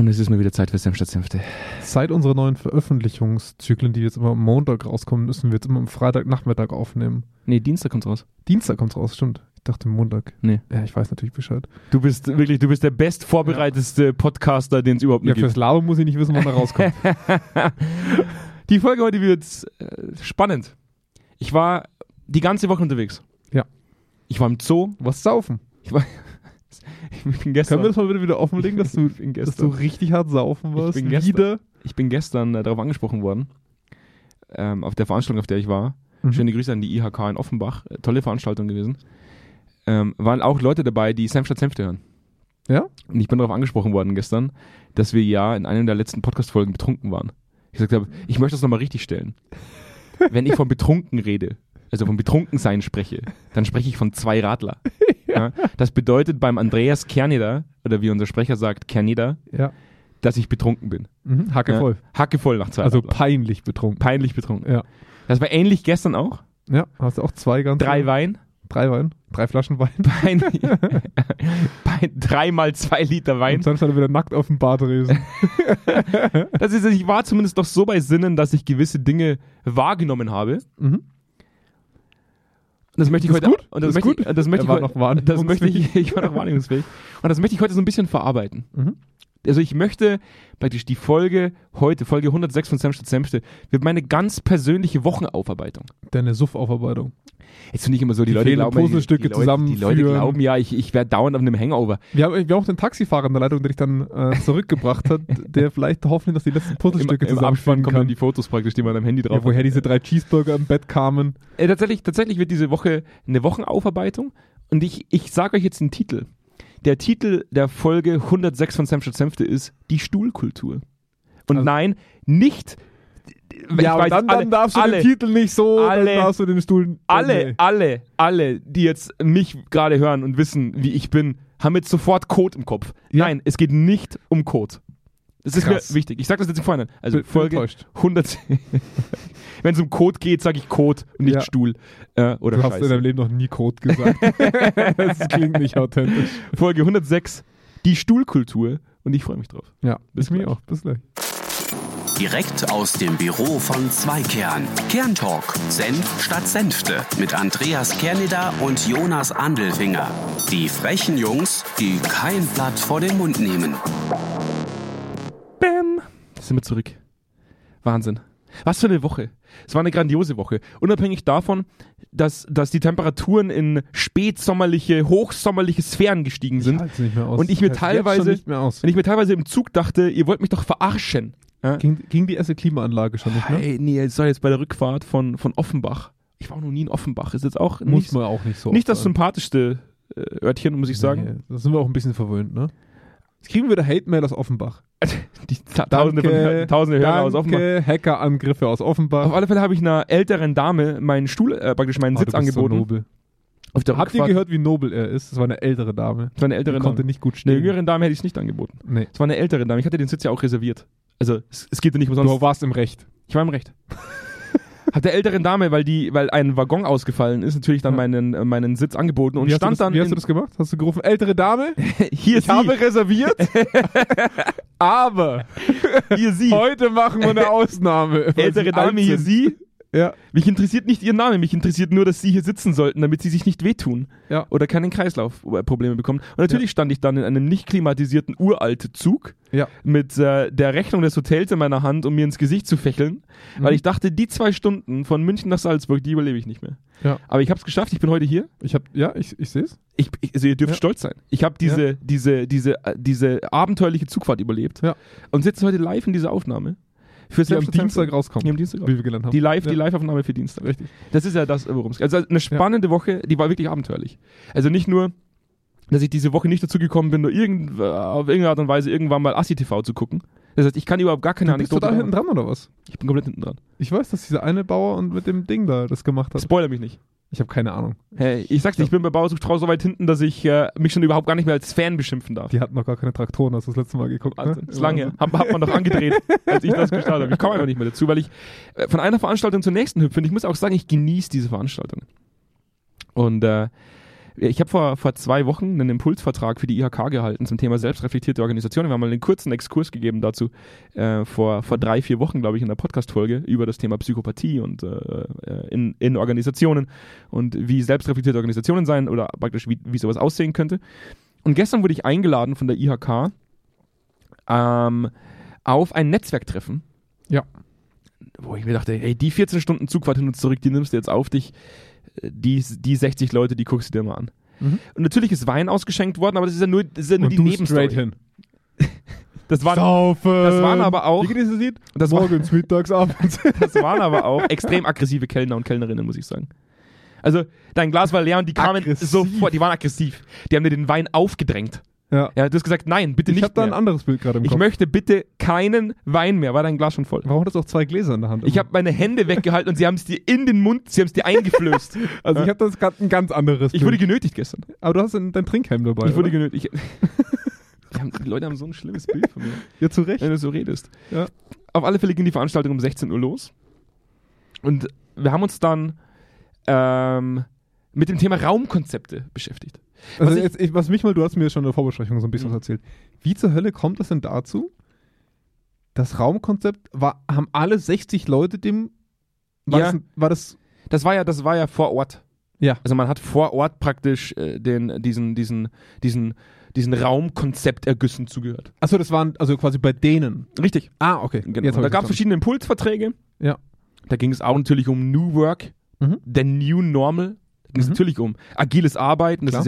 Und es ist mal wieder Zeit für Senf statt Senfte. Seit unserer neuen Veröffentlichungszyklen, die jetzt immer am Montag rauskommen, müssen wir jetzt immer am Freitagnachmittag aufnehmen. Nee, Dienstag kommt's raus. Dienstag kommt's raus, stimmt. Ich dachte Montag. Nee. Ja, ich weiß natürlich Bescheid. Du bist der best vorbereiteste Podcaster, den es überhaupt Ja, nicht gibt. fürs Labern muss ich nicht wissen, wann er rauskommt. Die Folge heute wird spannend. Ich war die ganze Woche unterwegs. Ja. Ich war im Zoo. Was saufen? Ich bin gestern. Können wir das mal wieder offenlegen, dass du richtig hart saufen warst? Ich bin gestern darauf angesprochen worden. Auf der Veranstaltung, auf der ich war. Mhm. Schöne Grüße an die IHK in Offenbach. Tolle Veranstaltung gewesen. Waren auch Leute dabei, die Senf statt Senfte hören. Ja? Und ich bin darauf angesprochen worden gestern, dass wir ja in einer der letzten Podcast-Folgen betrunken waren. Ich gesagt habe, ich möchte das nochmal richtig stellen. Wenn ich von betrunken rede, also vom Betrunkensein spreche, dann spreche ich von 2 Radler. Ja, das bedeutet beim Andreas Kerneder, oder wie unser Sprecher sagt, Kerneder, Ja. dass ich betrunken bin. Mhm. Hacke voll. Hacke voll nach 2 Also Radler. peinlich betrunken. Peinlich betrunken. Ja. Das war ähnlich gestern auch. Ja, hast du auch 2 ganz... 3 Wein. 3 Wein. 3 Flaschen Wein. 3 mal 2 Liter Wein. Und dann stand er wieder nackt auf dem Badresen. Ich war zumindest doch so bei Sinnen, dass ich gewisse Dinge wahrgenommen habe. Mhm. Und das möchte ich heute. Gut. Und das möchte ich. Das möchte ich war heute. noch wahrnehmungsfähig. Ich war noch wahrnehmungsfähig. Und das möchte ich heute so ein bisschen verarbeiten. Mhm. Also ich möchte praktisch die Folge heute, Folge 106 von Senf statt Senfte, wird meine ganz persönliche Wochenaufarbeitung. Deine Suffaufarbeitung. Jetzt finde ich immer so, die Leute fehlenden glauben, Puzzlestücke die zusammenführen. Leute glauben ja, ich wäre dauernd auf einem Hangover. Wir haben auch den Taxifahrer in der Leitung, der dich dann zurückgebracht hat, der vielleicht hoffen, dass die letzten Puzzlestücke Im Abspann zusammenführen kommen kann. dann die Fotos praktisch, die man am Handy drauf Ja, woher diese 3 Cheeseburger im Bett kamen. Tatsächlich wird diese Woche eine Wochenaufarbeitung und ich sage euch jetzt den Titel. Der Titel der Folge 106 von Senf statt Senfte ist die Stuhlkultur. Und Also, nein, nicht... Ja, aber dann darfst du den Titel nicht so, dann darfst du den Stuhl... Alle, die jetzt mich gerade hören und wissen, wie ich bin, haben jetzt sofort Code im Kopf. Ja. Nein, es geht nicht um Code. Das ist Krass. mir wichtig. Ich sage das jetzt im Vorhinein. Also Bin Folge enttäuscht. 100... Wenn es um Code geht, sage ich Code und nicht Ja. Stuhl. Oder Du hast in Scheiße. deinem Leben noch nie Code gesagt. Das klingt nicht authentisch. Folge 106, die Stuhlkultur. Und ich freue mich drauf. Ja, Bis bis mir gleich. auch. Bis gleich. Direkt aus dem Büro von Zweikern. Kerntalk. Senf statt Senfte. Mit Andreas Kerneder und Jonas Andelfinger. Die frechen Jungs, die kein Blatt vor den Mund nehmen. Bäm. Sind wir zurück. Wahnsinn. Was für eine Woche. Es war eine grandiose Woche. Unabhängig davon, dass die Temperaturen in spätsommerliche, hochsommerliche Sphären gestiegen sind. halt's nicht mehr aus. Und ich mir Ich halt's jetzt schon nicht mehr aus. wenn ich mir teilweise im Zug dachte, ihr wollt mich doch verarschen. Ja? Ging die erste Klimaanlage schon nicht mehr? Hey, nee, es soll jetzt bei der Rückfahrt von Offenbach. Ich war auch noch nie in Offenbach. Ist jetzt auch Muss nicht, man auch nicht so nicht das oft sagen. sympathischste Örtchen, muss ich sagen. Nee, da sind wir auch ein bisschen verwöhnt, ne? Jetzt kriegen wir wieder Hate-Mail aus Offenbach. Die Tausende Hörer aus Offenbach. Hackerangriffe aus Offenbach. Auf alle Fälle habe ich einer älteren Dame meinen Stuhl, praktisch meinen Sitz du bist angeboten. So nobel. Auf der Habt ihr Rückfahrt- gehört, wie nobel er ist? Das war eine ältere Dame. Das war eine ältere Die Dame. konnte nicht gut Einer stehen. jüngeren Dame hätte ich es nicht angeboten. Nee. Es war eine ältere Dame. Ich hatte den Sitz ja auch reserviert. Also es geht ja nicht umsonst. Du warst im Recht. Ich war im Recht. Hat der älteren Dame, weil ein Waggon ausgefallen ist, natürlich dann meinen Sitz angeboten und Wie stand dann wie hast du das gemacht? Hast du gerufen, ältere Dame? hier Ich sie, habe reserviert, aber hier sie, heute machen wir eine Ausnahme. weil ältere sie Dame, alt hier sind. sie. Ja. Mich interessiert nicht ihr Name, mich interessiert nur, dass sie hier sitzen sollten, damit sie sich nicht wehtun Ja. oder keine Kreislaufprobleme bekommen. Und natürlich stand ich dann in einem nicht klimatisierten uralten Zug Ja. mit der Rechnung des Hotels in meiner Hand, um mir ins Gesicht zu fächeln, weil ich dachte, die 2 Stunden von München nach Salzburg, die überlebe ich nicht mehr. Ja. Aber ich habe es geschafft, ich bin heute hier. Ich sehe es. Also ihr dürft Ja. stolz sein. Ich habe diese abenteuerliche Zugfahrt überlebt Ja. und sitze heute live in dieser Aufnahme. Für Die am Selbstverständlich- Dienstag rauskommt, Die am Dienstag wie wir gelernt haben. Die Live- Ja. die Live-Aufnahme für Dienstag. Richtig. Das ist ja das, worum es geht. Also eine spannende Woche, die war wirklich abenteuerlich. Also nicht nur, dass ich diese Woche nicht dazu gekommen bin, nur auf irgendeine Art und Weise irgendwann mal Assi-TV zu gucken. Das heißt, ich kann überhaupt gar keine Bist du Anekdote da hinten dran oder was? Ich bin komplett hinten dran. Ich weiß, dass dieser eine Bauer und mit dem Ding da das gemacht hat. Spoiler mich nicht. Ich habe keine Ahnung. Hey, ich sag's dir, ich bin bei Bauersucht Strauß so weit hinten, dass ich mich schon überhaupt gar nicht mehr als Fan beschimpfen darf. Die hatten noch gar keine Traktoren, hast du das letzte Mal geguckt. Wahnsinn. Ne? Ist lange her. Hat man doch angedreht, als ich das gestartet habe. Ich komme einfach nicht mehr dazu, weil ich von einer Veranstaltung zur nächsten hüpfe. Und ich muss auch sagen, ich genieße diese Veranstaltung. Und Ich habe vor 2 Wochen einen Impulsvertrag für die IHK gehalten zum Thema selbstreflektierte Organisationen. Wir haben mal einen kurzen Exkurs gegeben dazu vor 3-4 Wochen, glaube ich, in der Podcast-Folge über das Thema Psychopathie und in Organisationen und wie selbstreflektierte Organisationen sein oder praktisch wie sowas aussehen könnte. Und gestern wurde ich eingeladen von der IHK auf ein Netzwerktreffen. Ja. Wo ich mir dachte, hey, die 14 Stunden Zugfahrt hin und zurück, die nimmst du jetzt auf dich. Die 60 Leute, die guckst du dir mal an. Und natürlich ist Wein ausgeschenkt worden, aber das ist ja nur die Nebenstory. Straight hin. Das waren aber auch. Wie geht das Lied? Morgens, mittags, abends. Das waren aber auch extrem aggressive Kellner und Kellnerinnen, muss ich sagen. Also, dein Glas war leer und die kamen sofort, die waren aggressiv. Die haben dir den Wein aufgedrängt. Ja, du hast gesagt, nein, bitte nicht mehr. Ich habe da ein anderes Bild gerade im Kopf. Ich möchte bitte keinen Wein mehr. War dein Glas schon voll? Warum hat das auch 2 Gläser in der Hand? Ich habe meine Hände weggehalten und sie haben es dir in den Mund, sie haben es dir eingeflößt. Also ich habe das gerade ein ganz anderes Bild. Ich wurde genötigt gestern. Aber du hast dein Trinkhelm dabei, Ich wurde genötigt. Die Leute haben so ein schlimmes Bild von mir. Ja, zu Recht. Wenn du so redest. Ja. Auf alle Fälle ging die Veranstaltung um 16 Uhr los. Und wir haben uns dann mit dem Thema Raumkonzepte beschäftigt. Also du hast mir schon in der Vorbesprechung so ein bisschen was erzählt. Wie zur Hölle kommt es denn dazu? Das Raumkonzept haben alle 60 Leute Das war ja vor Ort. Ja. Also man hat vor Ort praktisch diesen Raumkonzeptergüssen zugehört. Achso, das waren also quasi bei denen. Richtig. Ah, okay. Genau. Da gab es verschiedene Impulsverträge. Ja. Da ging es auch natürlich um New Work, der New Normal. Da ging es natürlich um agiles Arbeiten. Das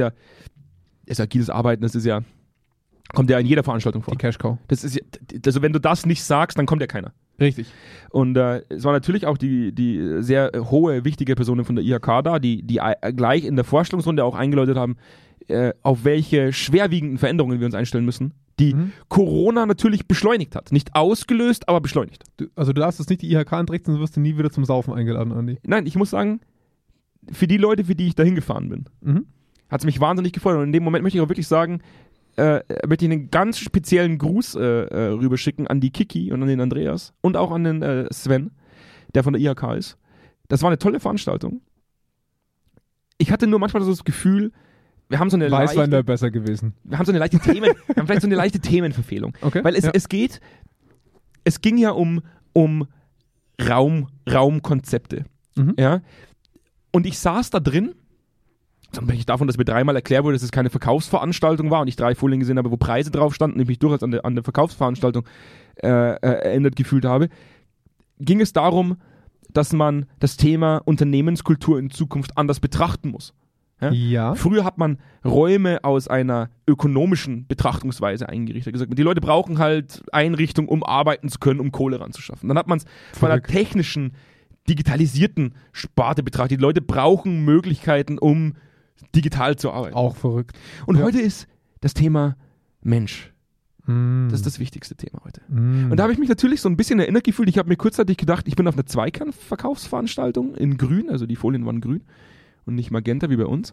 kommt ja in jeder Veranstaltung vor. Die Cash Cow. Das ist ja, also wenn du das nicht sagst, dann kommt ja keiner. Richtig. Und es war natürlich auch die sehr hohe, wichtige Personen von der IHK da, die gleich in der Vorstellungsrunde auch eingeläutet haben, auf welche schwerwiegenden Veränderungen wir uns einstellen müssen, die Corona natürlich beschleunigt hat. Nicht ausgelöst, aber beschleunigt. Du darfst jetzt nicht die IHK entrichten, sonst wirst du nie wieder zum Saufen eingeladen, Andi. Nein, ich muss sagen, für die Leute, für die ich da hingefahren bin, hat es mich wahnsinnig gefreut. Und in dem Moment möchte ich auch wirklich sagen, möchte ich einen ganz speziellen Gruß rüberschicken an die Kiki und an den Andreas und auch an den Sven, der von der IHK ist. Das war eine tolle Veranstaltung. Ich hatte nur manchmal so das Gefühl, wir haben so eine Weißwein wäre besser gewesen. Wir haben vielleicht so eine leichte Themenverfehlung. Okay. Weil es ging ja um Raumkonzepte. Ja? Und ich saß da drin, unabhängig davon, dass mir 3-mal erklärt wurde, dass es keine Verkaufsveranstaltung war und ich 3 Folien gesehen habe, wo Preise drauf standen und ich mich durchaus an der Verkaufsveranstaltung erinnert gefühlt habe, ging es darum, dass man das Thema Unternehmenskultur in Zukunft anders betrachten muss. Ja? Früher hat man Räume aus einer ökonomischen Betrachtungsweise eingerichtet. Gesagt, die Leute brauchen halt Einrichtungen, um arbeiten zu können, um Kohle ranzuschaffen. Dann hat man es von einer technischen, digitalisierten Sparte betrachtet. Die Leute brauchen Möglichkeiten, um digital zu arbeiten. Auch verrückt. Und heute ist das Thema Mensch. Das ist das wichtigste Thema heute. Und da habe ich mich natürlich so ein bisschen erinnert gefühlt. Ich habe mir kurzzeitig gedacht, ich bin auf einer Zweikern-Verkaufsveranstaltung in grün, also die Folien waren grün und nicht magenta wie bei uns.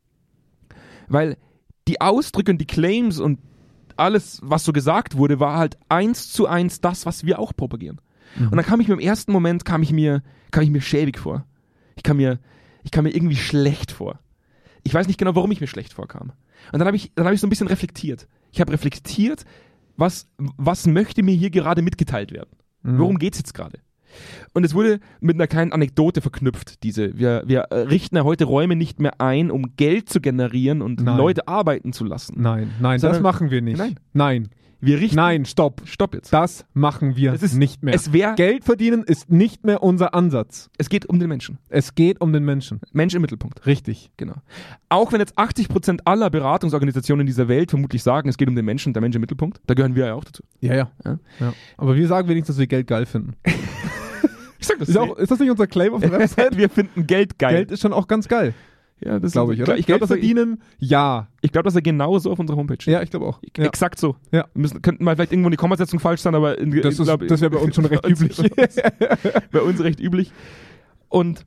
Weil die Ausdrücke und die Claims und alles, was so gesagt wurde, war halt 1:1 das, was wir auch propagieren. Und dann kam ich mir im ersten Moment schäbig vor. Ich kam mir irgendwie schlecht vor. Ich weiß nicht genau, warum ich mir schlecht vorkam. Und dann habe ich so ein bisschen reflektiert. Ich habe reflektiert, was möchte mir hier gerade mitgeteilt werden? Worum geht es jetzt gerade? Und es wurde mit einer kleinen Anekdote verknüpft. Wir richten ja heute Räume nicht mehr ein, um Geld zu generieren und Leute arbeiten zu lassen. Nein, das machen wir nicht. Nein. Nein, stopp jetzt. Das machen wir nicht mehr. Geld verdienen ist nicht mehr unser Ansatz. Es geht um den Menschen. Mensch im Mittelpunkt. Richtig. Genau. Auch wenn jetzt 80% aller Beratungsorganisationen dieser Welt vermutlich sagen, es geht um den Menschen, der Mensch im Mittelpunkt. Da gehören wir ja auch dazu. Ja. Aber wir sagen wenigstens, dass wir Geld geil finden. Ich sag das ist das nicht unser Claim auf der Website? Wir finden Geld geil. Geld ist schon auch ganz geil. Ja, das glaube ich, oder? Geld verdienen, ja. Ich glaube, dass er genauso auf unserer Homepage steht. Ja, ich glaube auch. Exakt so. Ja. Könnten mal vielleicht irgendwo die Kommasetzung falsch sein, aber das wäre bei uns schon recht üblich. Bei uns recht üblich. Und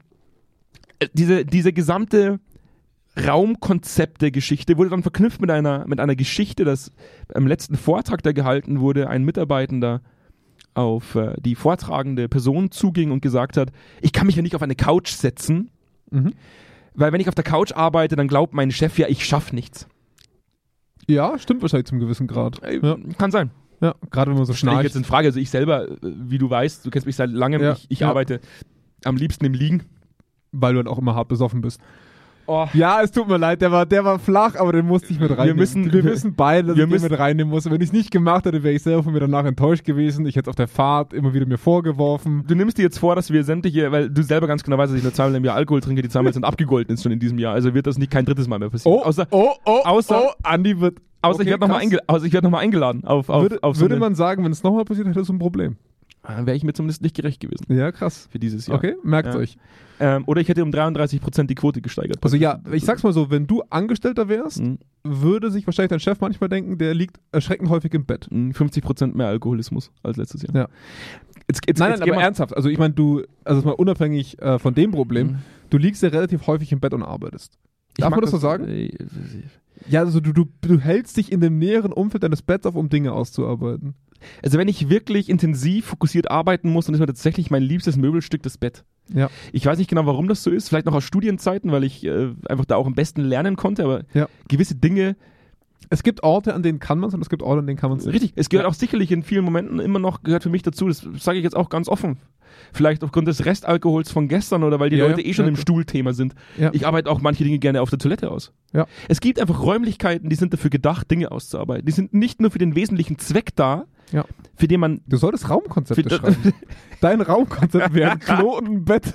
diese gesamte Raumkonzepte-Geschichte wurde dann verknüpft mit einer Geschichte, dass im letzten Vortrag, der gehalten wurde, ein Mitarbeitender auf die vortragende Person zuging und gesagt hat, ich kann mich ja nicht auf eine Couch setzen, Weil wenn ich auf der Couch arbeite, dann glaubt mein Chef ja, ich schaffe nichts. Ja, stimmt wahrscheinlich zum gewissen Grad. Ja. Kann sein. Ja, gerade wenn man so Stelle ich schnarcht. jetzt in Frage. Also ich selber, wie du weißt, du kennst mich seit langem, Ja, ich ja. arbeite am liebsten im Liegen. Weil du halt auch immer hart besoffen bist. Oh. Ja, es tut mir leid, der war flach, aber den musste ich mit reinnehmen. Wir müssen beide, dass ich den mit reinnehmen muss. Wenn ich es nicht gemacht hätte, wäre ich selber von mir danach enttäuscht gewesen. Ich hätte es auf der Fahrt immer wieder mir vorgeworfen. Du nimmst dir jetzt vor, dass wir sämtliche, weil du selber ganz genau weißt, dass ich nur zweimal im Jahr Alkohol trinke, die zweimal sind abgegolten ist schon in diesem Jahr. Also wird das nicht kein drittes Mal mehr passieren. Außer Andi wird... ich werde nochmal eingeladen auf Würde man sagen, wenn es nochmal passiert, hätte es ein Problem. Dann wäre ich mir zumindest nicht gerecht gewesen. Ja, krass. Für dieses Jahr. Okay, merkt euch. Oder ich hätte um 33% die Quote gesteigert. Also ja, ich sag's mal so, wenn du Angestellter wärst, würde sich wahrscheinlich dein Chef manchmal denken, der liegt erschreckend häufig im Bett. 50% mehr Alkoholismus als letztes Jahr. Ja. Nein, aber ernsthaft. Also ich meine, also mal unabhängig von dem Problem, du liegst ja relativ häufig im Bett und arbeitest. Darf man das so sagen? Ja, also du hältst dich in dem näheren Umfeld deines Betts auf, um Dinge auszuarbeiten. Also wenn ich wirklich intensiv fokussiert arbeiten muss, dann ist mir tatsächlich mein liebstes Möbelstück das Bett. Ja. Ich weiß nicht genau, warum das so ist. Vielleicht noch aus Studienzeiten, weil ich einfach da auch am besten lernen konnte. Aber gewisse Dinge... Es gibt Orte, an denen kann man es und es gibt Orte, an denen kann man es nicht. Richtig. Es gehört auch sicherlich in vielen Momenten immer noch, gehört für mich dazu, das sage ich jetzt auch ganz offen. Vielleicht aufgrund des Restalkohols von gestern oder weil die Leute schon im Stuhlthema sind. Ja. Ich arbeite auch manche Dinge gerne auf der Toilette aus. Ja. Es gibt einfach Räumlichkeiten, die sind dafür gedacht, Dinge auszuarbeiten. Die sind nicht nur für den wesentlichen Zweck da, für den man... Du solltest Raumkonzepte schreiben. Dein Raumkonzept wäre ein Klo und ein Bett.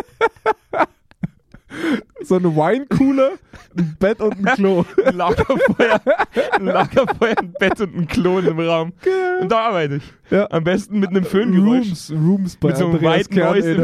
So eine Weincooler, ein Bett und ein Klo. Ein Lagerfeuer, ein Bett und ein Klo in dem Raum. Und da arbeite ich. Ja. Am besten mit einem Föhngeräusch. Rooms bei mit so einem weiten Noise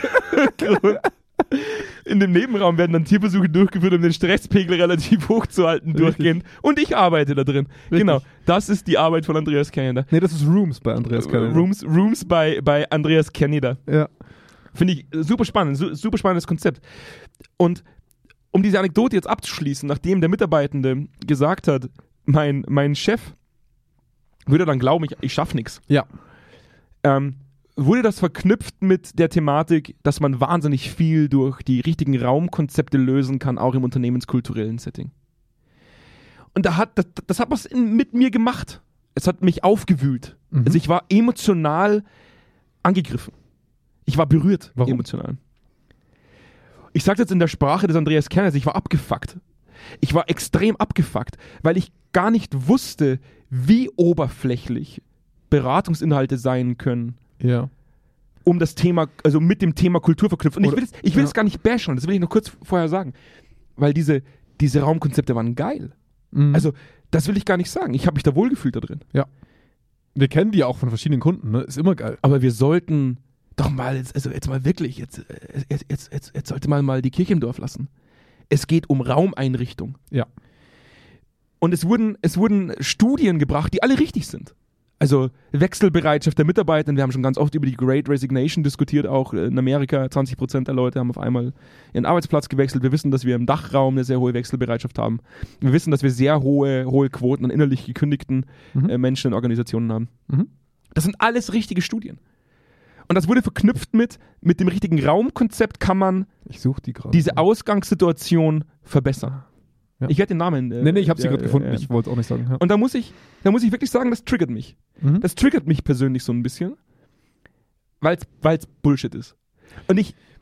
im In dem Nebenraum werden dann Tierversuche durchgeführt, um den Stresspegel relativ hoch zu halten, durchgehend. Und ich arbeite da drin. Richtig. Genau. Das ist die Arbeit von Andreas Kerneder. Nee, das ist Rooms bei Andreas Kerneder. Rooms bei Andreas Kerneder. Ja. Finde ich super spannend, super spannendes Konzept. Und um diese Anekdote jetzt abzuschließen, nachdem der Mitarbeitende gesagt hat, mein Chef würde dann glauben, ich schaffe nichts. Ja. Wurde das verknüpft mit der Thematik, dass man wahnsinnig viel durch die richtigen Raumkonzepte lösen kann, auch im unternehmenskulturellen Setting. Und das hat was mit mir gemacht. Es hat mich aufgewühlt. Also ich war emotional angegriffen. Ich war berührt. Warum? Emotional. Ich sage jetzt in der Sprache des Andreas Kerners, ich war abgefuckt. Ich war extrem abgefuckt, weil ich gar nicht wusste, wie oberflächlich Beratungsinhalte sein können, um das Thema, also mit dem Thema Kultur verknüpft. Und ich will es gar nicht bashen, das will ich noch kurz vorher sagen, weil diese Raumkonzepte waren geil. Also, das will ich gar nicht sagen. Ich habe mich da wohlgefühlt da drin. Ja. Wir kennen die auch von verschiedenen Kunden, ne? Ist immer geil. Aber wir sollten doch mal, jetzt mal wirklich, jetzt sollte man mal die Kirche im Dorf lassen. Es geht um Raumeinrichtung. Ja. Und es wurden Studien gebracht, die alle richtig sind. Also Wechselbereitschaft der Mitarbeiter. Wir haben schon ganz oft über die Great Resignation diskutiert, auch in Amerika. 20% der Leute haben auf einmal ihren Arbeitsplatz gewechselt. Wir wissen, dass wir im Dachraum eine sehr hohe Wechselbereitschaft haben. Wir wissen, dass wir sehr hohe Quoten an innerlich gekündigten Menschen in Organisationen haben. Das sind alles richtige Studien. Und das wurde verknüpft mit dem richtigen Raumkonzept kann man diese Ausgangssituation verbessern. Ja. Ich werde den Namen... Nee, ich habe sie gerade gefunden. Ich wollte es auch nicht sagen. Ja. Und da muss ich wirklich sagen, das triggert mich. Das triggert mich persönlich so ein bisschen, weil es Bullshit ist. Und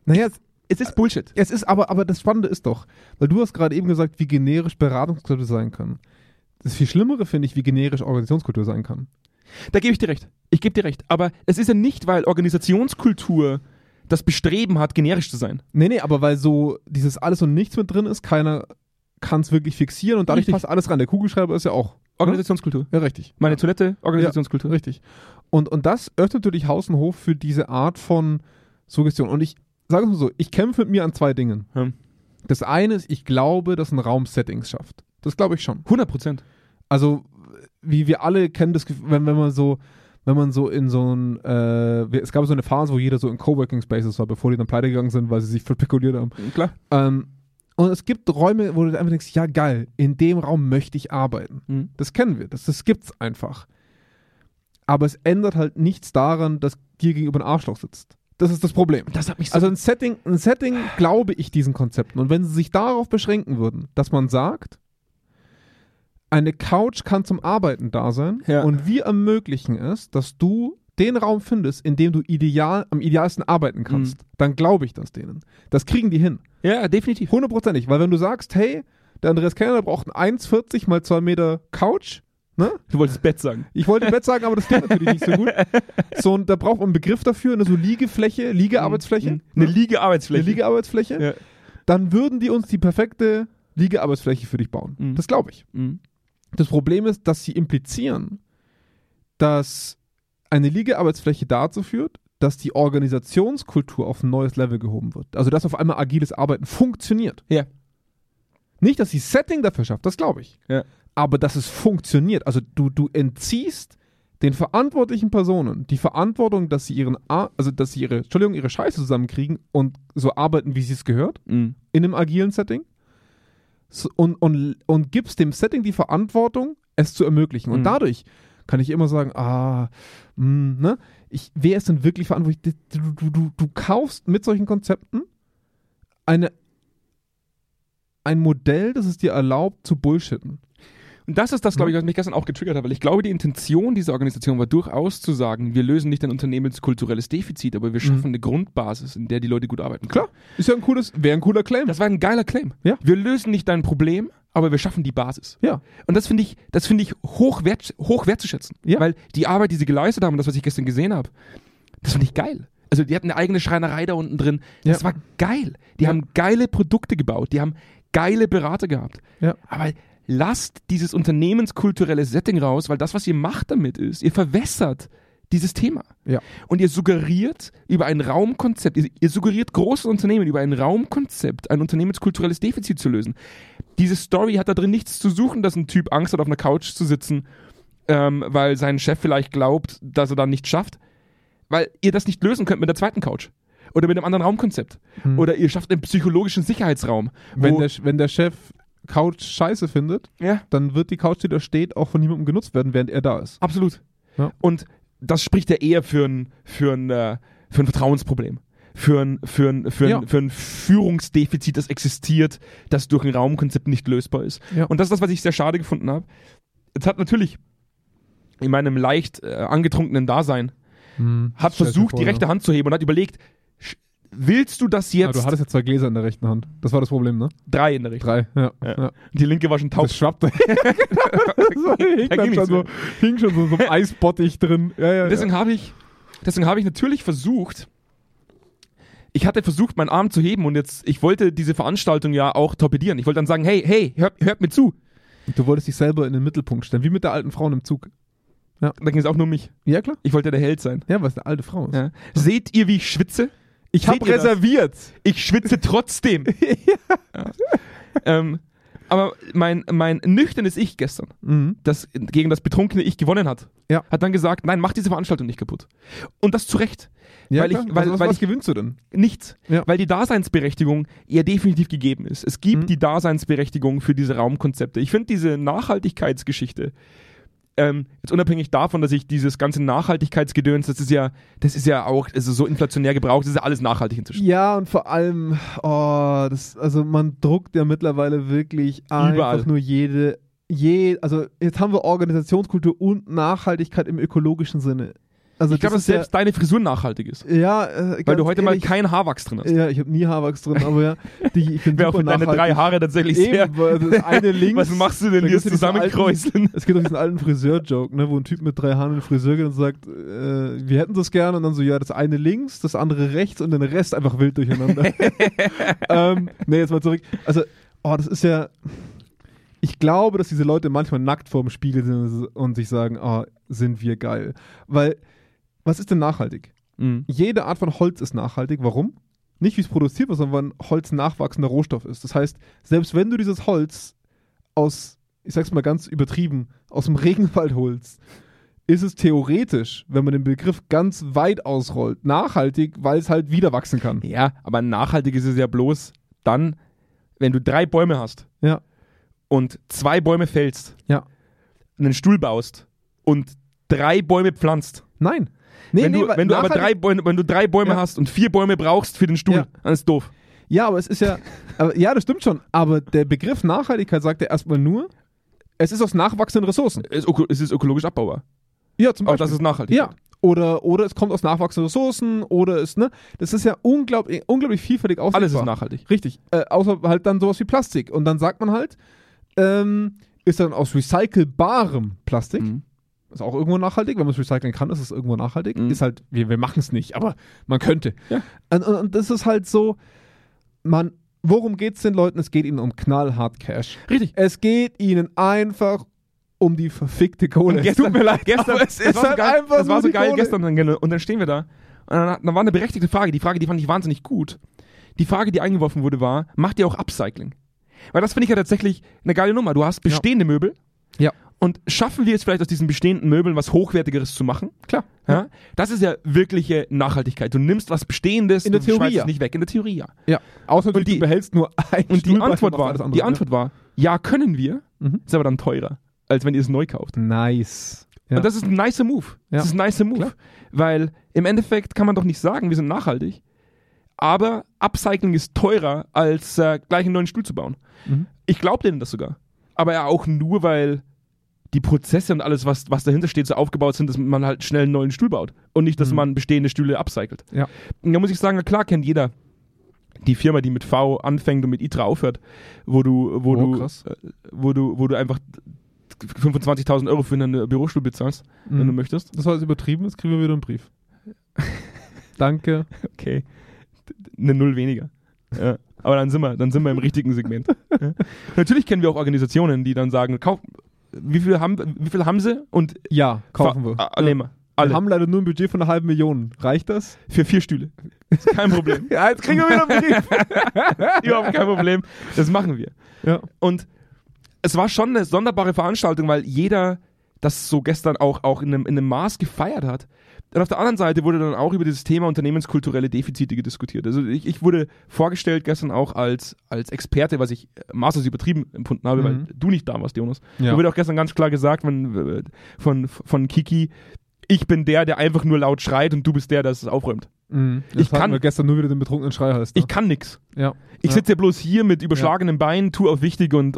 es ist Bullshit. Es ist aber das Spannende ist doch, weil du hast gerade eben gesagt, wie generisch Beratungskultur sein kann. Das viel Schlimmere finde ich, wie generisch Organisationskultur sein kann. Da gebe ich dir recht. Ich gebe dir recht. Aber es ist ja nicht, weil Organisationskultur das Bestreben hat, generisch zu sein. Nee, aber weil so dieses Alles und Nichts mit drin ist, keiner kann es wirklich fixieren und dadurch passt alles rein. Der Kugelschreiber ist ja auch Organisationskultur. Ja, richtig. Meine Toilette, Organisationskultur. Ja, richtig. Und das öffnet natürlich Haus und Hof für diese Art von Suggestion. Und ich sage es mal so, ich kämpfe mit mir an zwei Dingen. Das eine ist, ich glaube, dass ein Raum Settings schafft. Das glaube ich schon. 100%. Also, wie wir alle kennen das Gefühl, wenn man so in so ein, es gab so eine Phase, wo jeder so in Coworking Spaces war, bevor die dann pleite gegangen sind, weil sie sich verspekuliert haben. Klar. Und es gibt Räume, wo du einfach denkst, ja geil, in dem Raum möchte ich arbeiten. Das kennen wir, das gibt's einfach. Aber es ändert halt nichts daran, dass dir gegenüber ein Arschloch sitzt. Das ist das Problem. Das hat mich so also ein Setting glaube ich diesen Konzepten. Und wenn sie sich darauf beschränken würden, dass man sagt, eine Couch kann zum Arbeiten da sein und wir ermöglichen es, dass du den Raum findest, in dem du am idealsten arbeiten kannst, dann glaube ich das denen. Das kriegen die hin. Ja, definitiv. 100%. Weil wenn du sagst, hey, der Andreas Kellner braucht ein 1,40 mal 2 Meter Couch, ne? Du wolltest Bett sagen. Ich wollte Bett sagen, aber das klingt natürlich nicht so gut. So, und da braucht man einen Begriff dafür, eine so Liegearbeitsfläche. Eine Liegearbeitsfläche. Ja. Dann würden die uns die perfekte Liegearbeitsfläche für dich bauen. Das glaube ich. Das Problem ist, dass sie implizieren, dass eine Liegearbeitsfläche dazu führt, dass die Organisationskultur auf ein neues Level gehoben wird. Also, dass auf einmal agiles Arbeiten funktioniert. Ja. Nicht, dass sie Setting dafür schafft, das glaube ich. Ja. Aber dass es funktioniert. Also, du entziehst den verantwortlichen Personen die Verantwortung, dass sie ihre Scheiße zusammenkriegen und so arbeiten, wie sie es gehört, in einem agilen Setting. Und gibst dem Setting die Verantwortung, es zu ermöglichen. Und dadurch kann ich immer sagen, wer ist denn wirklich verantwortlich? Du kaufst mit solchen Konzepten ein Modell, das es dir erlaubt, zu bullshitten. Und das ist das, glaube ich, was mich gestern auch getriggert hat, weil ich glaube, die Intention dieser Organisation war durchaus zu sagen, wir lösen nicht ein unternehmenskulturelles Defizit, aber wir schaffen eine Grundbasis, in der die Leute gut arbeiten können. Klar, wäre ein cooler Claim. Das war ein geiler Claim. Ja. Wir lösen nicht dein Problem, aber wir schaffen die Basis. Ja. Und das finde ich hoch wertzuschätzen. Ja. Weil die Arbeit, die sie geleistet haben und das, was ich gestern gesehen habe, das finde ich geil. Also die hatten eine eigene Schreinerei da unten drin. Das war geil. Die haben geile Produkte gebaut. Die haben geile Berater gehabt. Ja. Aber lasst dieses unternehmenskulturelle Setting raus, weil das, was ihr macht damit ist, ihr verwässert dieses Thema. Ja. Und ihr suggeriert über ein Raumkonzept, ihr suggeriert großen Unternehmen über ein Raumkonzept, ein unternehmenskulturelles Defizit zu lösen. Diese Story hat da drin nichts zu suchen, dass ein Typ Angst hat, auf einer Couch zu sitzen, weil sein Chef vielleicht glaubt, dass er da nichts schafft. Weil ihr das nicht lösen könnt mit der zweiten Couch. Oder mit einem anderen Raumkonzept. Oder ihr schafft einen psychologischen Sicherheitsraum. Wenn der Chef Couch scheiße findet, dann wird die Couch, die da steht, auch von niemandem genutzt werden, während er da ist. Absolut. Ja. Und das spricht ja eher für ein Vertrauensproblem. Für ein Führungsdefizit, das existiert, das durch ein Raumkonzept nicht lösbar ist. Ja. Und das ist das, was ich sehr schade gefunden habe. Es hat natürlich in meinem leicht angetrunkenen Dasein hat versucht, die rechte Hand zu heben und hat überlegt, willst du das jetzt? Aber du hattest ja 2 Gläser in der rechten Hand. Das war das Problem, ne? 3 in der rechten. 3, ja. Die linke war schon taub. Das schwappte. Hing schon so ein Eisbottich drin. Ja. Deswegen habe ich natürlich versucht, meinen Arm zu heben und ich wollte diese Veranstaltung ja auch torpedieren. Ich wollte dann sagen, hey, hört mir zu. Und du wolltest dich selber in den Mittelpunkt stellen, wie mit der alten Frau im Zug. Ja. Da ging es auch nur um mich. Ja, klar. Ich wollte der Held sein. Ja, weil es eine alte Frau ist. Ja. Seht ihr, wie ich schwitze? Ich habe reserviert. Ich schwitze trotzdem. Aber mein nüchternes Ich gestern, das gegen das betrunkene Ich gewonnen hat, hat dann gesagt, nein, mach diese Veranstaltung nicht kaputt. Und das zu Recht. Ja, was gewinnst du denn? Nichts. Ja. Weil die Daseinsberechtigung ja definitiv gegeben ist. Es gibt die Daseinsberechtigung für diese Raumkonzepte. Ich finde diese Nachhaltigkeitsgeschichte, jetzt unabhängig davon, dass ich dieses ganze Nachhaltigkeitsgedöns, das ist ja auch so inflationär gebraucht, das ist ja alles nachhaltig inzwischen. Ja, und vor allem, man druckt ja mittlerweile wirklich einfach nur also jetzt haben wir Organisationskultur und Nachhaltigkeit im ökologischen Sinne. Also ich glaube, dass selbst deine Frisur nachhaltig ist. Ja, weil du heute mal keinen Haarwachs drin hast. Ja, ich habe nie Haarwachs drin, aber ich finde super nachhaltig. Deine 3 Haare tatsächlich sehr. Das eine links. Was machst du denn hier zusammenkräuseln? Es gibt doch diesen alten Friseur-Joke, ne, wo ein Typ mit 3 Haaren in den Friseur geht und sagt, wir hätten das gerne und dann so, ja, das eine links, das andere rechts und den Rest einfach wild durcheinander. Jetzt mal zurück. Also, das ist ja... Ich glaube, dass diese Leute manchmal nackt vorm Spiegel sind und sich sagen, sind wir geil. Weil, was ist denn nachhaltig? Jede Art von Holz ist nachhaltig. Warum? Nicht, wie es produziert wird, sondern weil Holz nachwachsender Rohstoff ist. Das heißt, selbst wenn du dieses Holz aus, ich sag's mal ganz übertrieben, aus dem Regenwald holst, ist es theoretisch, wenn man den Begriff ganz weit ausrollt, nachhaltig, weil es halt wieder wachsen kann. Ja, aber nachhaltig ist es ja bloß dann, wenn du 3 Bäume hast. Ja. Und 2 Bäume fällst, einen Stuhl baust und 3 Bäume pflanzt, Nein. Wenn du aber 3 Bäume hast und 4 Bäume brauchst für den Stuhl, dann ist doof. Ja, aber es ist ja, das stimmt schon, aber der Begriff Nachhaltigkeit sagt ja erstmal nur, es ist aus nachwachsenden Ressourcen. Es ist ökologisch abbaubar. Ja, zum Beispiel. Aber das ist nachhaltig. Ja. Oder es kommt aus nachwachsenden Ressourcen oder das ist ja unglaublich vielfältig auslegbar. Alles ist nachhaltig. Richtig. Außer halt dann sowas wie Plastik. Und dann sagt man halt, ist dann aus recycelbarem Plastik. Ist auch irgendwo nachhaltig. Wenn man es recyceln kann, ist es irgendwo nachhaltig. Ist halt, wir machen es nicht, aber man könnte. Ja. Und das ist halt so, worum geht es den Leuten? Es geht ihnen um knallhart Cash. Richtig. Es geht ihnen einfach um die verfickte Kohle. Es tut mir leid. Gestern, es war so geil gestern. Und dann stehen wir da. Und dann war eine berechtigte Frage. Die Frage, die fand ich wahnsinnig gut. Die Frage, die eingeworfen wurde, war, macht ihr auch Upcycling? Weil das finde ich ja tatsächlich eine geile Nummer. Du hast bestehende Möbel. Ja. Und schaffen wir jetzt vielleicht aus diesen bestehenden Möbeln was Hochwertigeres zu machen? Klar. Ja? Das ist ja wirkliche Nachhaltigkeit. Du nimmst was Bestehendes und schmeißt es nicht weg. In der Theorie, ja. Ja. Außer du behältst nur ein Und die Antwort war, ja, können wir, ist aber dann teurer, als wenn ihr es neu kauft. Nice. Ja. Und das ist ein nicer Move. Ja. Das ist ein nicer Move. Klar. Weil im Endeffekt kann man doch nicht sagen, wir sind nachhaltig, aber Upcycling ist teurer, als gleich einen neuen Stuhl zu bauen. Ich glaube denen das sogar. Aber ja auch nur, weil die Prozesse und alles, was dahinter steht, so aufgebaut sind, dass man halt schnell einen neuen Stuhl baut und nicht, dass man bestehende Stühle upcycelt. Ja. Und da muss ich sagen, na klar kennt jeder die Firma, die mit V anfängt und mit ITRA aufhört, wo du einfach 25.000 Euro für einen Bürostuhl bezahlst, wenn du möchtest. Das war jetzt übertrieben, jetzt kriegen wir wieder einen Brief. Danke. Okay. Eine Null weniger. Ja. Aber dann sind wir im richtigen Segment. Ja. Natürlich kennen wir auch Organisationen, die dann sagen, wie viel haben sie? Und ja, kaufen wir. Nehmen wir. Alle. Wir haben leider nur ein Budget von 500.000. Reicht das? Für 4 Stühle. Ist kein Problem. Ja, jetzt kriegen wir wieder einen Brief. Überhaupt kein Problem. Das machen wir. Ja. Und es war schon eine sonderbare Veranstaltung, weil jeder das so gestern auch in einem Maß gefeiert hat. Und auf der anderen Seite wurde dann auch über dieses Thema unternehmenskulturelle Defizite diskutiert. Also ich wurde vorgestellt gestern auch als Experte, was ich maßlos übertrieben empfunden habe, weil du nicht da warst, Jonas. Ja. Da wurde auch gestern ganz klar gesagt von Kiki, ich bin der einfach nur laut schreit und du bist der es aufräumt. Ich kann gestern nur wieder den betrunkenen Schrei hast. Ich kann nix. Ja. Ich sitze ja bloß hier mit überschlagenen Beinen, tu auf wichtig und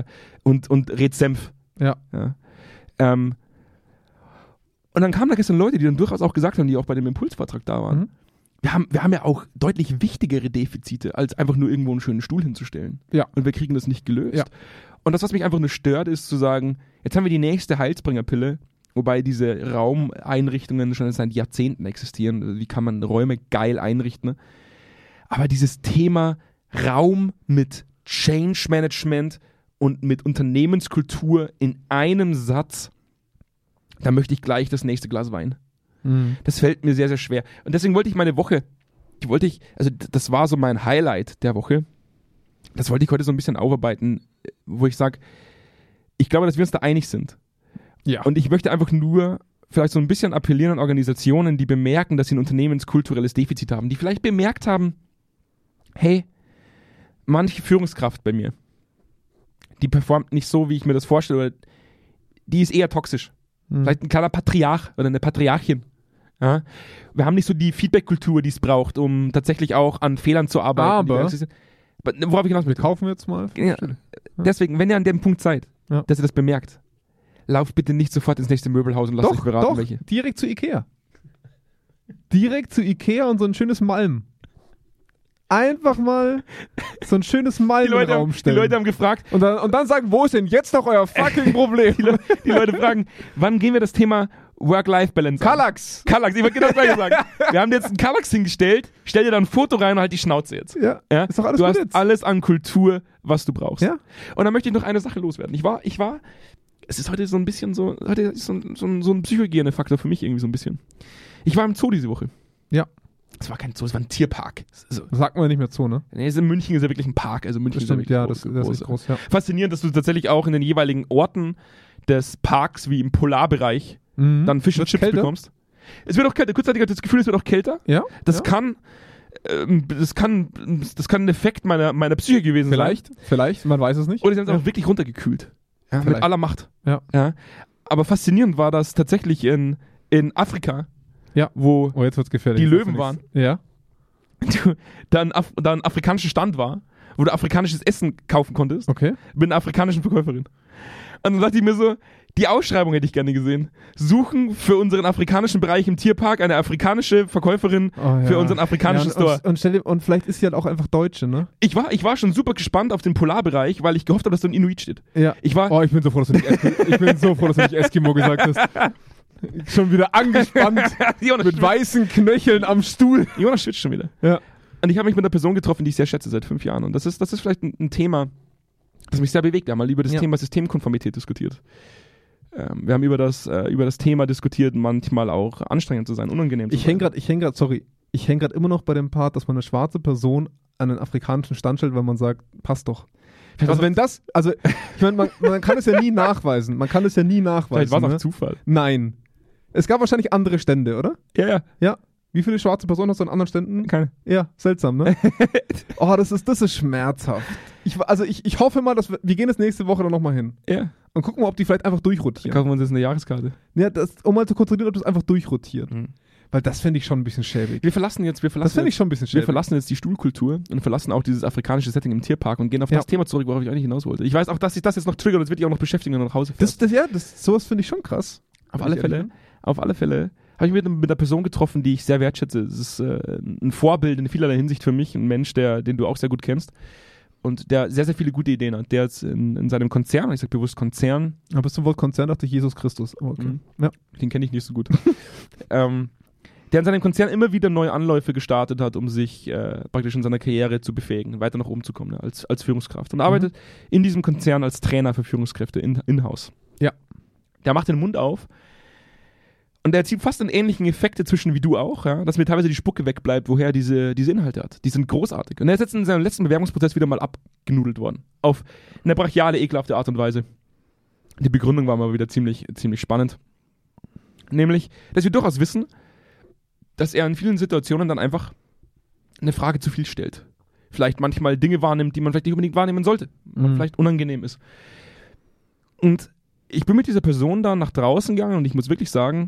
red Senf. Ja. Und dann kamen da gestern Leute, die dann durchaus auch gesagt haben, die auch bei dem Impulsvortrag da waren. Wir haben ja auch deutlich wichtigere Defizite, als einfach nur irgendwo einen schönen Stuhl hinzustellen. Ja. Und wir kriegen das nicht gelöst. Ja. Und das, was mich einfach nur stört, ist zu sagen, jetzt haben wir die nächste Heilsbringerpille, wobei diese Raumeinrichtungen schon seit Jahrzehnten existieren. Wie kann man Räume geil einrichten? Ne? Aber dieses Thema Raum mit Change Management und mit Unternehmenskultur in einem Satz, da möchte ich gleich das nächste Glas Wein. Das fällt mir sehr, sehr schwer. Und deswegen wollte ich meine Woche, das war so mein Highlight der Woche, das wollte ich heute so ein bisschen aufarbeiten, wo ich sage, ich glaube, dass wir uns da einig sind. Ja. Und ich möchte einfach nur vielleicht so ein bisschen appellieren an Organisationen, die bemerken, dass sie ein unternehmenskulturelles Defizit haben, die vielleicht bemerkt haben, hey, manche Führungskraft bei mir, die performt nicht so, wie ich mir das vorstelle, oder die ist eher toxisch. Vielleicht ein kleiner Patriarch oder eine Patriarchin. Ja? Wir haben nicht so die Feedback-Kultur, die es braucht, um tatsächlich auch an Fehlern zu arbeiten. Aber worauf ich hinaus will. Wir kaufen jetzt mal. Ja. Deswegen, wenn ihr an dem Punkt seid, dass ihr das bemerkt, lauft bitte nicht sofort ins nächste Möbelhaus und lasst euch beraten, welche. Direkt zu Ikea. Direkt zu Ikea und so ein schönes Malm. Einfach mal so ein schönes Malm in den Raum stellen. Die Leute haben gefragt. Und dann sagen, wo ist denn jetzt noch euer fucking Problem? Die Leute fragen, wann gehen wir das Thema Work-Life-Balance an? Kallax, ich wollte genau das gleiche sagen. Wir haben dir jetzt einen Kallax hingestellt, stell dir da ein Foto rein und halt die Schnauze jetzt. Ja, ist doch alles du gut hast jetzt. alles an Kultur, was du brauchst. Ja. Und dann möchte ich noch eine Sache loswerden. Es ist heute so ein bisschen so ein Psychohygiene-Faktor für mich irgendwie so ein bisschen. Ich war im Zoo diese Woche. Ja. Es war kein Zoo, es war ein Tierpark. Das sagt man ja nicht mehr Zoo, ne? Nee, in München ist ja wirklich ein Park. Also München das stimmt, ist ja das ist groß, ja. Faszinierend, dass du tatsächlich auch in den jeweiligen Orten des Parks, wie im Polarbereich, dann Fisch und Chips kälter? bekommst. Es wird auch kälter. Kurzzeitig hatte ich das Gefühl, es wird auch kälter. Ja. Das kann ein Effekt meiner Psyche gewesen sein. Vielleicht, man weiß es nicht. Oder sie haben es auch wirklich runtergekühlt. Ja, mit aller Macht. Ja. Aber faszinierend war, dass tatsächlich in in Afrika, wo jetzt wird's gefährlich, die Löwen waren, da ein afrikanischer Stand war, wo du afrikanisches Essen kaufen konntest, mit einer afrikanischen Verkäuferin. Und dann dachte ich mir so, die Ausschreibung hätte ich gerne gesehen. Suchen für unseren afrikanischen Bereich im Tierpark eine afrikanische Verkäuferin für unseren afrikanischen Store. Und vielleicht ist sie halt auch einfach Deutsche, ne? Ich war schon super gespannt auf den Polarbereich, weil ich gehofft habe, dass da ein Inuit steht. Ja. Ich bin so froh, dass du nicht Eskimo gesagt hast. Schon wieder angespannt mit weißen Knöcheln am Stuhl. Jonas schwitzt schon wieder. Ja. Und ich habe mich mit einer Person getroffen, die ich sehr schätze seit 5 Jahren. Und das ist vielleicht ein Thema, das mich sehr bewegt. Wir haben mal über das Thema Systemkonformität diskutiert. Wir haben über das Thema diskutiert, manchmal auch anstrengend zu sein, unangenehm zu sein. Ich hänge gerade immer noch bei dem Part, dass man eine schwarze Person an einen afrikanischen Stand stellt, weil man sagt, passt doch. Ich meine, man kann es ja nie nachweisen. Vielleicht war es auch Zufall. Nein. Es gab wahrscheinlich andere Stände, oder? Ja. Wie viele schwarze Personen hast du an anderen Ständen? Keine. Ja, seltsam, ne? Das ist schmerzhaft. Ich hoffe mal, dass wir gehen jetzt nächste Woche dann nochmal hin. Ja. Und gucken mal, ob die vielleicht einfach durchrotieren. Kaufen wir uns jetzt eine Jahreskarte. Ja, um mal zu kontrollieren, ob das einfach durchrotiert. Weil das fände ich schon ein bisschen schäbig. Das fände ich schon ein bisschen schäbig. Wir verlassen jetzt die Stuhlkultur und verlassen auch dieses afrikanische Setting im Tierpark und gehen auf das Thema zurück, worauf ich eigentlich hinaus wollte. Ich weiß auch, dass sich das jetzt noch triggert, das wird dich auch noch beschäftigen, wenn du nach Hause fährst. Sowas finde ich schon krass. Auf alle Fälle habe ich mich mit einer Person getroffen, die ich sehr wertschätze. Es ist ein Vorbild in vielerlei Hinsicht für mich, ein Mensch, den du auch sehr gut kennst und der sehr, sehr viele gute Ideen hat. Der jetzt in seinem Konzern, ich sage bewusst Konzern. Aber bis zum Wort Konzern dachte ich Jesus Christus. Okay. Ja. Den kenne ich nicht so gut. Der in seinem Konzern immer wieder neue Anläufe gestartet hat, um sich praktisch in seiner Karriere zu befähigen, weiter nach oben zu kommen, als Führungskraft. Und arbeitet in diesem Konzern als Trainer für Führungskräfte in-house. Ja. Der macht den Mund auf und der erzielt fast einen ähnlichen Effekte zwischen wie du auch, dass mir teilweise die Spucke wegbleibt, woher er diese Inhalte hat. Die sind großartig. Und er ist jetzt in seinem letzten Bewerbungsprozess wieder mal abgenudelt worden. Auf eine brachiale, ekelhafte Art und Weise. Die Begründung war mal wieder ziemlich, ziemlich spannend. Nämlich, dass wir durchaus wissen, dass er in vielen Situationen dann einfach eine Frage zu viel stellt. Vielleicht manchmal Dinge wahrnimmt, die man vielleicht nicht unbedingt wahrnehmen sollte. Und vielleicht unangenehm ist. Und ich bin mit dieser Person da nach draußen gegangen und ich muss wirklich sagen,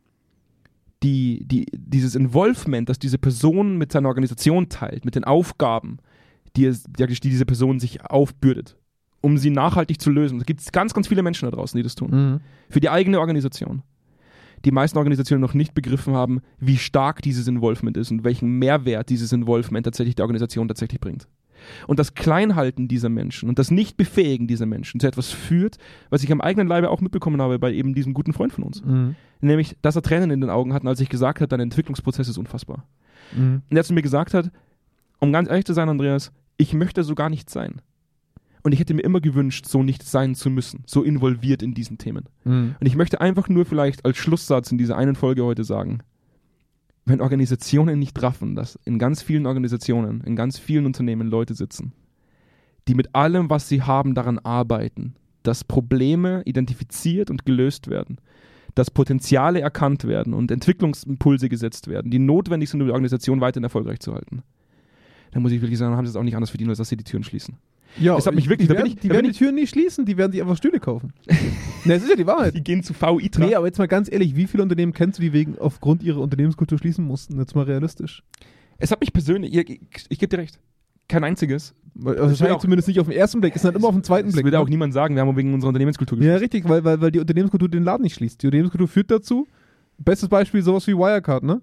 dieses Involvement, das diese Person mit seiner Organisation teilt, mit den Aufgaben, die diese Person sich aufbürdet, um sie nachhaltig zu lösen. Da gibt es ganz, ganz viele Menschen da draußen, die das tun. Für die eigene Organisation. Die meisten Organisationen noch nicht begriffen haben, wie stark dieses Involvement ist und welchen Mehrwert dieses Involvement tatsächlich der Organisation tatsächlich bringt. Und das Kleinhalten dieser Menschen und das Nicht-Befähigen dieser Menschen zu etwas führt, was ich am eigenen Leibe auch mitbekommen habe bei eben diesem guten Freund von uns. Nämlich, dass er Tränen in den Augen hatte, als ich gesagt habe, dein Entwicklungsprozess ist unfassbar. Und er zu mir gesagt hat, um ganz ehrlich zu sein, Andreas, ich möchte so gar nicht sein. Und ich hätte mir immer gewünscht, so nicht sein zu müssen, so involviert in diesen Themen. Und ich möchte einfach nur vielleicht als Schlusssatz in dieser einen Folge heute sagen, wenn Organisationen nicht raffen, dass in ganz vielen Organisationen, in ganz vielen Unternehmen Leute sitzen, die mit allem, was sie haben, daran arbeiten, dass Probleme identifiziert und gelöst werden, dass Potenziale erkannt werden und Entwicklungsimpulse gesetzt werden, die notwendig sind, um die Organisation weiterhin erfolgreich zu halten, dann muss ich wirklich sagen, dann haben sie es auch nicht anders verdient, als dass sie die Türen schließen. Ja, das hat mich wirklich, die werden die Türen nicht schließen, die werden sich einfach Stühle kaufen. Das ist ja die Wahrheit. Die gehen zu VITRA. Nee, aber jetzt mal ganz ehrlich, wie viele Unternehmen kennst du, die aufgrund ihrer Unternehmenskultur schließen mussten? Jetzt mal realistisch. Es hat mich persönlich, ich gebe dir recht, kein einziges. Also auch zumindest nicht auf den ersten Blick, es ist dann immer auf den zweiten Blick. Das würde auch niemand sagen, wir haben wegen unserer Unternehmenskultur geschlossen. Ja, richtig, weil die Unternehmenskultur den Laden nicht schließt. Die Unternehmenskultur führt dazu, bestes Beispiel sowas wie Wirecard, ne?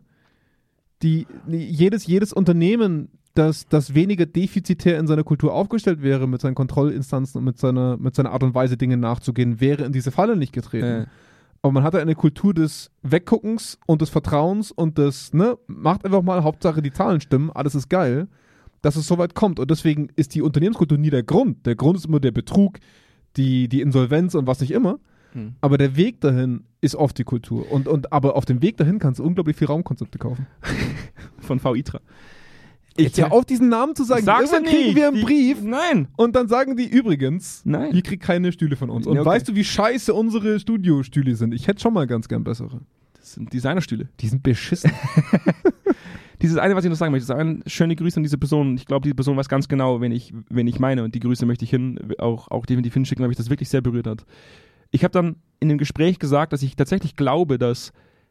Jedes Unternehmen, das weniger defizitär in seiner Kultur aufgestellt wäre, mit seinen Kontrollinstanzen und mit seiner Art und Weise, Dinge nachzugehen, wäre in diese Falle nicht getreten. Aber man hat eine Kultur des Wegguckens und des Vertrauens und macht einfach mal, Hauptsache die Zahlen stimmen, alles ist geil, dass es so weit kommt. Und deswegen ist die Unternehmenskultur nie der Grund. Der Grund ist immer der Betrug, die Insolvenz und was nicht immer. Aber der Weg dahin ist oft die Kultur. Aber auf dem Weg dahin kannst du unglaublich viel Raumkonzepte kaufen. Von VITRA. Jetzt hör auf, diesen Namen zu sagen. Irgendwann kriegen wir einen Brief. Nein. Und dann sagen die übrigens, nein, ihr kriegt keine Stühle von uns. Und weißt du, wie scheiße unsere Studiostühle sind? Ich hätte schon mal ganz gern bessere. Das sind Designerstühle. Die sind beschissen. Dieses eine, was ich noch sagen möchte, ist schöne Grüße an diese Person. Ich glaube, diese Person weiß ganz genau, wen ich meine. Und die Grüße möchte ich auch definitiv hinschicken, weil mich das wirklich sehr berührt hat. Ich habe dann in dem Gespräch gesagt, dass ich tatsächlich glaube, dass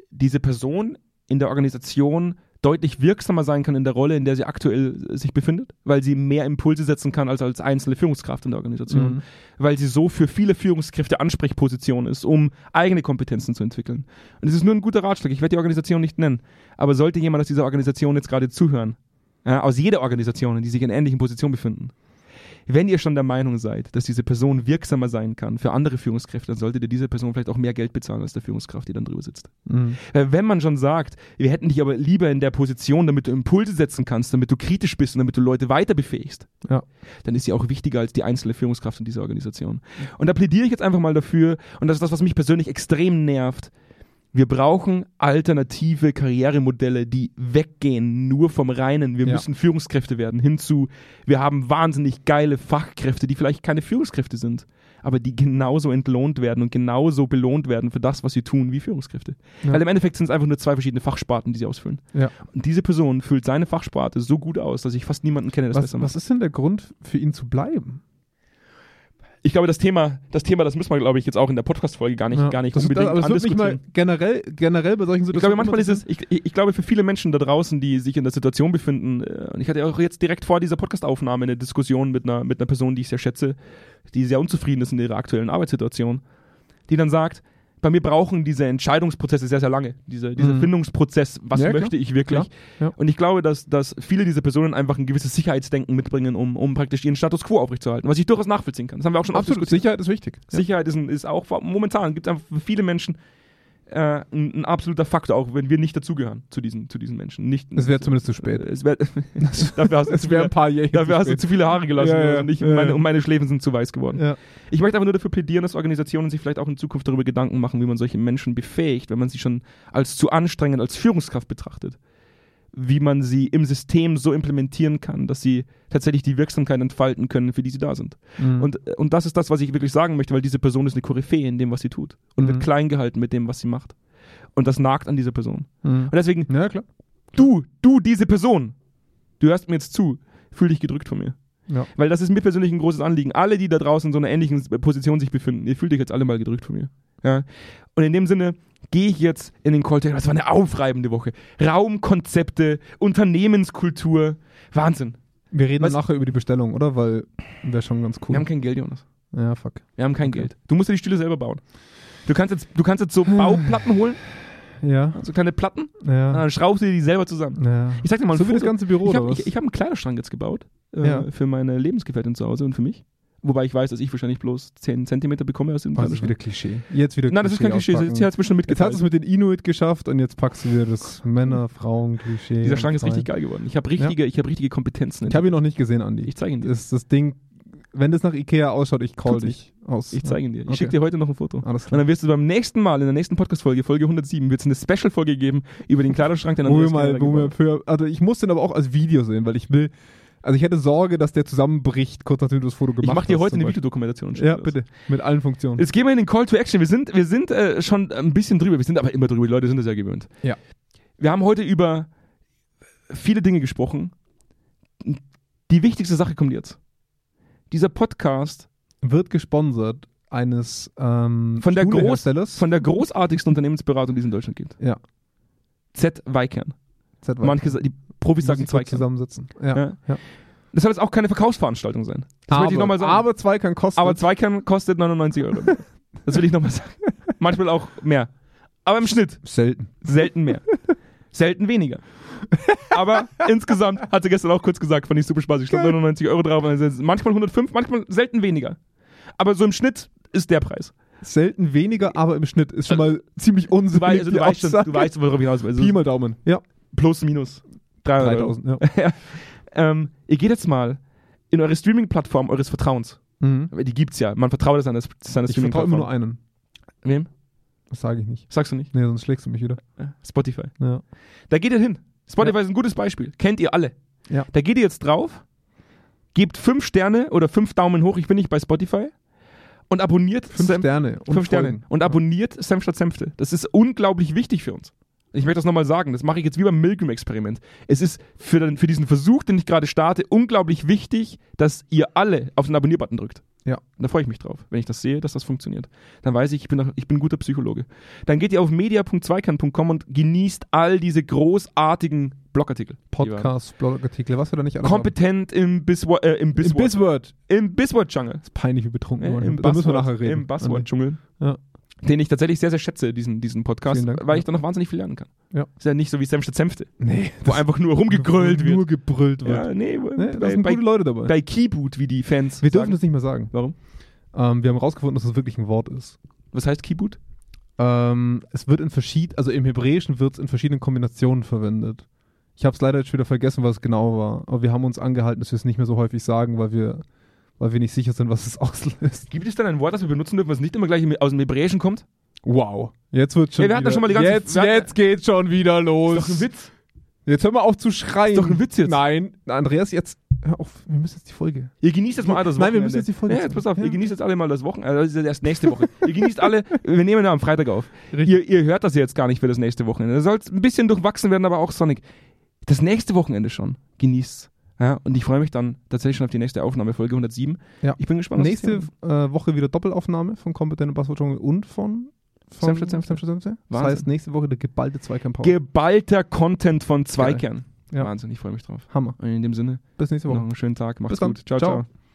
diese Person in der Organisation deutlich wirksamer sein kann in der Rolle, in der sie aktuell sich befindet, weil sie mehr Impulse setzen kann als einzelne Führungskraft in der Organisation, weil sie so für viele Führungskräfte Ansprechposition ist, um eigene Kompetenzen zu entwickeln. Und es ist nur ein guter Ratschlag, ich werde die Organisation nicht nennen, aber sollte jemand aus dieser Organisation jetzt gerade zuhören, aus jeder Organisation, die sich in ähnlichen Positionen befinden, wenn ihr schon der Meinung seid, dass diese Person wirksamer sein kann für andere Führungskräfte, dann solltet ihr dieser Person vielleicht auch mehr Geld bezahlen als der Führungskraft, die dann drüber sitzt. Wenn man schon sagt, wir hätten dich aber lieber in der Position, damit du Impulse setzen kannst, damit du kritisch bist und damit du Leute weiter befähigst, dann ist sie auch wichtiger als die einzelne Führungskraft in dieser Organisation. Und da plädiere ich jetzt einfach mal dafür, und das ist das, was mich persönlich extrem nervt, wir brauchen alternative Karrieremodelle, die weggehen nur vom Reinen. Wir müssen Führungskräfte werden, hinzu, wir haben wahnsinnig geile Fachkräfte, die vielleicht keine Führungskräfte sind, aber die genauso entlohnt werden und genauso belohnt werden für das, was sie tun, wie Führungskräfte. Ja. Weil im Endeffekt sind es einfach nur 2 verschiedene Fachsparten, die sie ausfüllen. Ja. Und diese Person füllt seine Fachsparte so gut aus, dass ich fast niemanden kenne, der das besser macht. Was ist denn der Grund für ihn zu bleiben? Ich glaube, das Thema, das müssen wir, glaube ich, jetzt auch in der Podcast-Folge gar nicht unbedingt andiskutieren. Generell bei solchen Situationen. Ich glaube, manchmal ist es, ich glaube, für viele Menschen da draußen, die sich in der Situation befinden, und ich hatte auch jetzt direkt vor dieser Podcast-Aufnahme eine Diskussion mit einer Person, die ich sehr schätze, die sehr unzufrieden ist in ihrer aktuellen Arbeitssituation, die dann sagt, bei mir brauchen diese Entscheidungsprozesse sehr, sehr lange. Dieser Findungsprozess, was möchte ich wirklich? Ja. Und ich glaube, dass viele dieser Personen einfach ein gewisses Sicherheitsdenken mitbringen, um praktisch ihren Status quo aufrechtzuerhalten, was ich durchaus nachvollziehen kann. Das haben wir auch schon absolut diskutiert. Sicherheit ist wichtig. Sicherheit ist auch momentan, gibt es einfach für viele Menschen ein absoluter Faktor, auch wenn wir nicht dazugehören zu diesen Menschen. Es wäre zumindest zu spät. Dafür hast du zu viele Haare gelassen und meine Schläfen sind zu weiß geworden. Ja. Ich möchte aber nur dafür plädieren, dass Organisationen sich vielleicht auch in Zukunft darüber Gedanken machen, wie man solche Menschen befähigt, wenn man sie schon als zu anstrengend als Führungskraft betrachtet, wie man sie im System so implementieren kann, dass sie tatsächlich die Wirksamkeit entfalten können, für die sie da sind. Und das ist das, was ich wirklich sagen möchte, weil diese Person ist eine Koryphäe in dem, was sie tut und wird klein gehalten mit dem, was sie macht. Und das nagt an dieser Person. Und deswegen, du, diese Person, du hörst mir jetzt zu, fühl dich gedrückt von mir. Ja. Weil das ist mir persönlich ein großes Anliegen. Alle, die da draußen in so einer ähnlichen Position sich befinden, ihr fühlt euch jetzt alle mal gedrückt von mir. Ja? Und in dem Sinne gehe ich jetzt in den Call. Das war eine aufreibende Woche. Raumkonzepte, Unternehmenskultur, Wahnsinn. Wir reden nachher über die Bestellung, oder? Weil wäre schon ganz cool. Wir haben kein Geld, Jonas. Ja, fuck. Wir haben kein Geld. Du musst dir die Stühle selber bauen. Du kannst jetzt so Bauplatten holen. Ja. So kleine Platten. Ja. Und dann schraubst du die selber zusammen. Ja. Ich sag dir mal ein Foto. Wie das ganze Büro, oder was? Ich habe einen Kleiderschrank jetzt gebaut für meine Lebensgefährtin zu Hause und für mich. Wobei ich weiß, dass ich wahrscheinlich bloß 10 Zentimeter bekomme aus dem Kleiderschrank. Das ist wieder Klischee. Nein, das ist kein Klischee. Jetzt hat es mir schon mitgeteilt. Jetzt hast du es mit den Inuit geschafft und jetzt packst du wieder das Männer-Frauen-Klischee. Dieser Schrank ist richtig geil geworden. Ich habe richtige Kompetenzen. Ich habe ihn noch nicht gesehen, Andi. Ich zeige ihn dir. Das Ding, wenn das nach Ikea ausschaut, ich call dich aus. Ich zeige ihn dir. Ich schicke dir heute noch ein Foto. Alles klar. Und dann wirst du beim nächsten Mal, in der nächsten Podcast-Folge, Folge 107, wird es eine Special-Folge geben über den Kleiderschrank, den also ich muss den aber auch als Video sehen, weil ich will. Also ich hätte Sorge, dass der zusammenbricht, kurz nachdem du das Foto gemacht hast. Ich mache dir heute eine Videodokumentation. Ja, bitte. Mit allen Funktionen. Jetzt gehen wir in den Call to Action. Wir sind schon ein bisschen drüber. Wir sind aber immer drüber. Die Leute sind das ja gewöhnt. Ja. Wir haben heute über viele Dinge gesprochen. Die wichtigste Sache kommt jetzt. Dieser Podcast wird gesponsert eines von der großartigsten Unternehmensberatung, die es in Deutschland gibt. Ja. Z-Weikern. Manche, die Profis sagen Zweikern. Zusammensitzen. Ja. Das soll jetzt auch keine Verkaufsveranstaltung sein. Das will ich nochmal sagen. Aber Zweikern kostet 99 €. Das will ich nochmal sagen. Manchmal auch mehr. Aber im Schnitt. Selten mehr. Selten weniger. Aber insgesamt, hat sie gestern auch kurz gesagt, fand ich super spaßig. Ich glaube 99 € drauf. Manchmal 105, manchmal selten weniger. Aber so im Schnitt ist der Preis. Selten weniger, aber im Schnitt ist schon mal ziemlich unsinnig. Du weißt, worauf ich hinaus will. Pi mal Daumen. Ja. Plus, minus. 3.000 €. Ja. Ihr geht jetzt mal in eure Streaming-Plattform eures Vertrauens. Die gibt's ja. Man vertraut seiner Streaming-Plattform. Ich vertraue immer nur einen. Wem? Das sage ich nicht. Sagst du nicht? Nee, sonst schlägst du mich wieder. Spotify. Ja. Da geht ihr hin. Spotify ist ein gutes Beispiel. Kennt ihr alle. Ja. Da geht ihr jetzt drauf, gebt 5 Sterne oder 5 Daumen hoch, ich bin nicht bei Spotify, und abonniert 5 Sterne. Und abonniert Senf statt Senfte. Das ist unglaublich wichtig für uns. Ich möchte das nochmal sagen, das mache ich jetzt wie beim Milgram-Experiment. Es ist für diesen Versuch, den ich gerade starte, unglaublich wichtig, dass ihr alle auf den Abonnier-Button drückt. Ja. Da freue ich mich drauf, wenn ich das sehe, dass das funktioniert. Dann weiß ich, ich bin ein guter Psychologe. Dann geht ihr auf media.zweikern.com und genießt all diese großartigen Blogartikel. Podcasts, Blogartikel, was wir da nicht alles kompetent im Buzzword-Jungle. Das ist peinlich, wie betrunken. Da müssen wir nachher reden. Im Buzzword-Dschungel. Ja. Den ich tatsächlich sehr, sehr schätze, diesen Podcast, weil ich da noch wahnsinnig viel lernen kann. Ja. Ist ja nicht so wie Senf statt Senfte. Nee. Wo einfach nur rumgegrölt wird. Nur gebrüllt wird. Ja, nee, da sind gute Leute dabei. Bei Keyboot, wie die Fans Wir dürfen das nicht mehr sagen. Warum? Wir haben herausgefunden, dass es wirklich ein Wort ist. Was heißt Keyboot? Es wird im Hebräischen wird es in verschiedenen Kombinationen verwendet. Ich habe es leider jetzt wieder vergessen, was es genau war. Aber wir haben uns angehalten, dass wir es nicht mehr so häufig sagen, weil wir nicht sicher sind, was es auslöst. Gibt es dann ein Wort, das wir benutzen dürfen, was nicht immer gleich aus dem Hebräischen kommt? Wow. Jetzt wird schon Jetzt geht's schon wieder los. Ist doch ein Witz. Jetzt hör mal auf zu schreien. Ist doch ein Witz jetzt. Nein, Andreas, jetzt hör auf. Wir müssen jetzt die Folge. Ihr genießt jetzt mal das Wochenende. Nein, wir müssen jetzt die Folge. Ja, jetzt pass auf. Ja. Ihr genießt jetzt alle mal das Wochenende. Das ist erst nächste Woche. Ihr genießt alle. Wir nehmen ja am Freitag auf. Ihr hört das jetzt gar nicht für das nächste Wochenende. Da soll es ein bisschen durchwachsen werden, aber auch sonnig. Das nächste Wochenende schon. Genießt's. Ja, und ich freue mich dann tatsächlich schon auf die nächste Aufnahme, Folge 107. Ja. Ich bin gespannt. Nächste Woche wieder Doppelaufnahme von Kompetent Buzzword Jungle und von Senf statt Senfte. Das heißt, nächste Woche der geballte Zweikern-Power. Geballter Content von Zweikern. Ja. Wahnsinn, ich freue mich drauf. Hammer. Und in dem Sinne, bis nächste Woche. noch einen schönen Tag. Macht's bis dann. gut. Ciao, ciao.